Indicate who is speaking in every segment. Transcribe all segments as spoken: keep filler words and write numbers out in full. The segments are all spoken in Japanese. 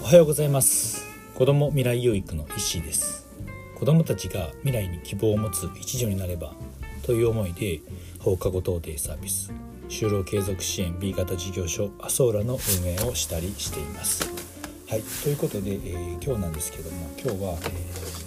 Speaker 1: おはようございます。子ども未来養育の石井です。子どもたちが未来に希望を持つ一助になればという思いで、放課後等デイサービス就労継続支援 ビー 型事業所アソーラの運営をしたりしています。はい、ということで、えー、今日なんですけども、今日は、え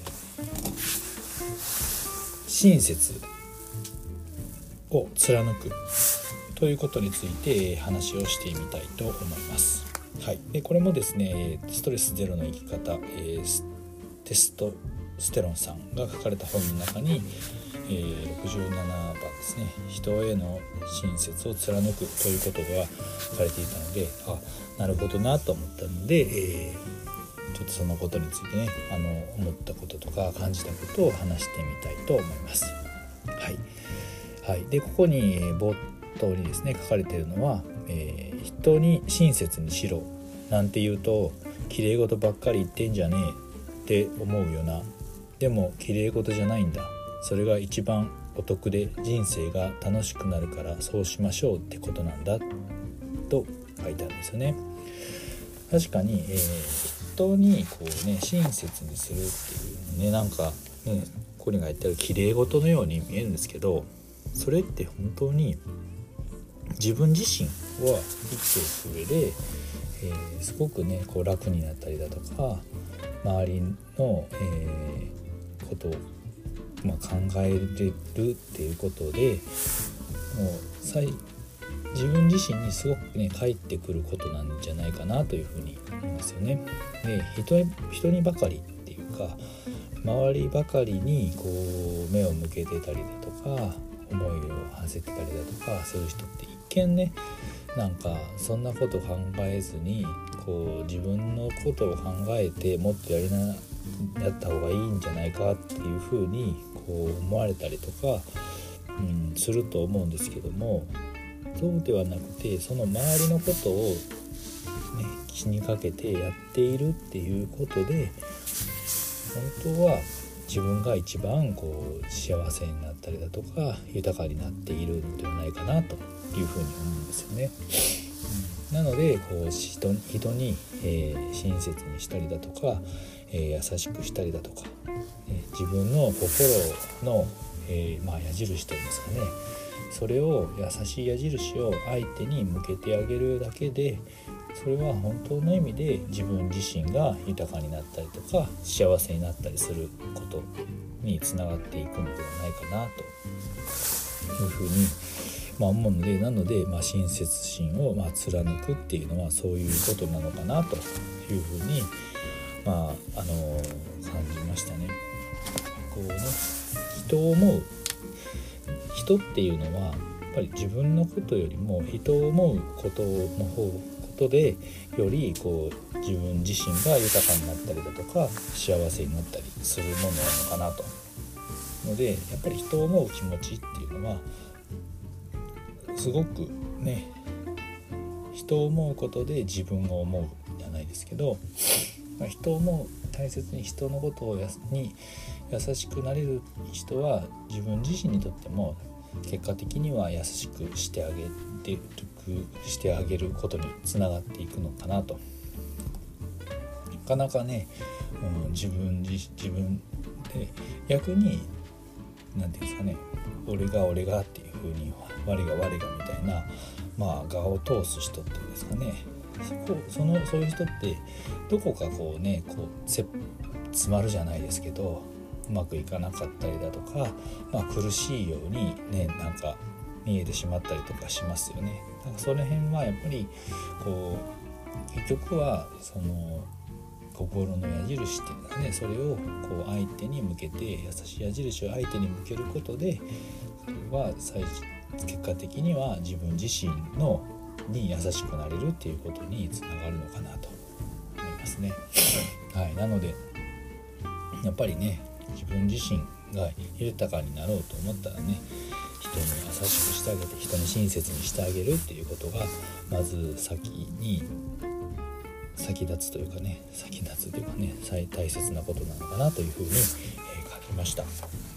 Speaker 1: ー、親切を貫くということについて話をしてみたいと思います。はい、でこれもですね、ストレスゼロの生き方、えー、テストステロンさんが書かれた本の中に、えー、ろくじゅうななばんですね、人への親切を貫くということが書かれていたので、あ、なるほどなと思ったので、えー、ちょっとそのことについてね、あの思ったこととか感じたことを話してみたいと思います。はい、はい、でここに冒頭にですね書かれているのは、えー、人に親切にしろなんて言うと綺麗事ばっかり言ってんじゃねえって思うよな。でも綺麗事じゃないんだ。それが一番お得で人生が楽しくなるからそうしましょうってことなんだと書いてあるんですよね。確かに、えー、人にこうね親切にするっていうね、なんかねここに書いてある綺麗事のように見えるんですけど、それって本当に自分自身は生きていく上で、えー、すごくねこう楽になったりだとか、周りの、えー、ことを、まあ、考えれるっていうことで、もう最自分自身にすごくね返ってくることなんじゃないかなというふうに思うんですよね。で 人, 人にばかりっていうか、周りばかりにこう目を向けてたりだとか、思いを馳せてたりだとか、そういう人って一見ね、なんかそんなこと考えずにこう自分のことを考えてもっとやりなやった方がいいんじゃないかっていうふうにこう思われたりとか、うん、すると思うんですけども、そうではなくて、その周りのことを、ね、気にかけてやっているっていうことで、本当は自分が一番こう幸せになったりだとか豊かになっているのではないかなというふうに思うんですよね。うん、なのでこう 人, 人に、えー、親切にしたりだとか、えー、優しくしたりだとか、えー、自分の心の、えーまあ、矢印というんですかね、それを優しい矢印を相手に向けてあげるだけで、それは本当の意味で自分自身が豊かになったりとか幸せになったりすることにつながっていくのではないかなというふうに、まあ、思うので、なので、まあ、親切心をまあ貫くっていうのはそういうことなのかなというふうに、まあ、あの感じましたね。こうね、人を思う人っていうのはやっぱり自分のことよりも人を思うことの方ことでよりこう自分自身が豊かになったりだとか幸せになったりするものなのかなと。のでやっぱり人を思う気持ちっていうのはすごくね、人を思うことで自分を思うじゃないですけど、まあ、人を思う大切に人のことをやに優しくなれる人は自分自身にとっても結果的には優しくしてあげてるしてあげることにつながっていくのかなと。なかなかね、うん、自分自自分で逆に何て言うんですかね、俺が俺がっていう風に我が我がみたいな、まあ我を通す人っていうんですかね、そこそのそういう人ってどこかこうねこうせ詰まるじゃないですけど、うまくいかなかったりだとか、まあ、苦しいようにねなんか見えてしまったりとかしますよね。だからその辺はやっぱりこう結局はその心の矢印っていうのはね、それをこう相手に向けて優しい矢印を相手に向けることで、それは最結果的には自分自身のに優しくなれるっていうことにつながるのかなと思いますね。はい、なのでやっぱりね、自分自身が豊かになろうと思ったらね、人に優しくしてあげて人に親切にしてあげるっていうことがまず先に先立つというかね先立つというかね大切なことなのかなというふうに、えー、書きました。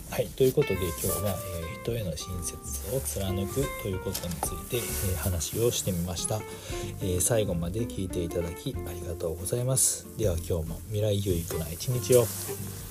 Speaker 1: はい、ということで今日は、えー、人への親切を貫くということについて、えー、話をしてみました、えー、最後まで聞いていただきありがとうございます。では今日も未来有益な一日を。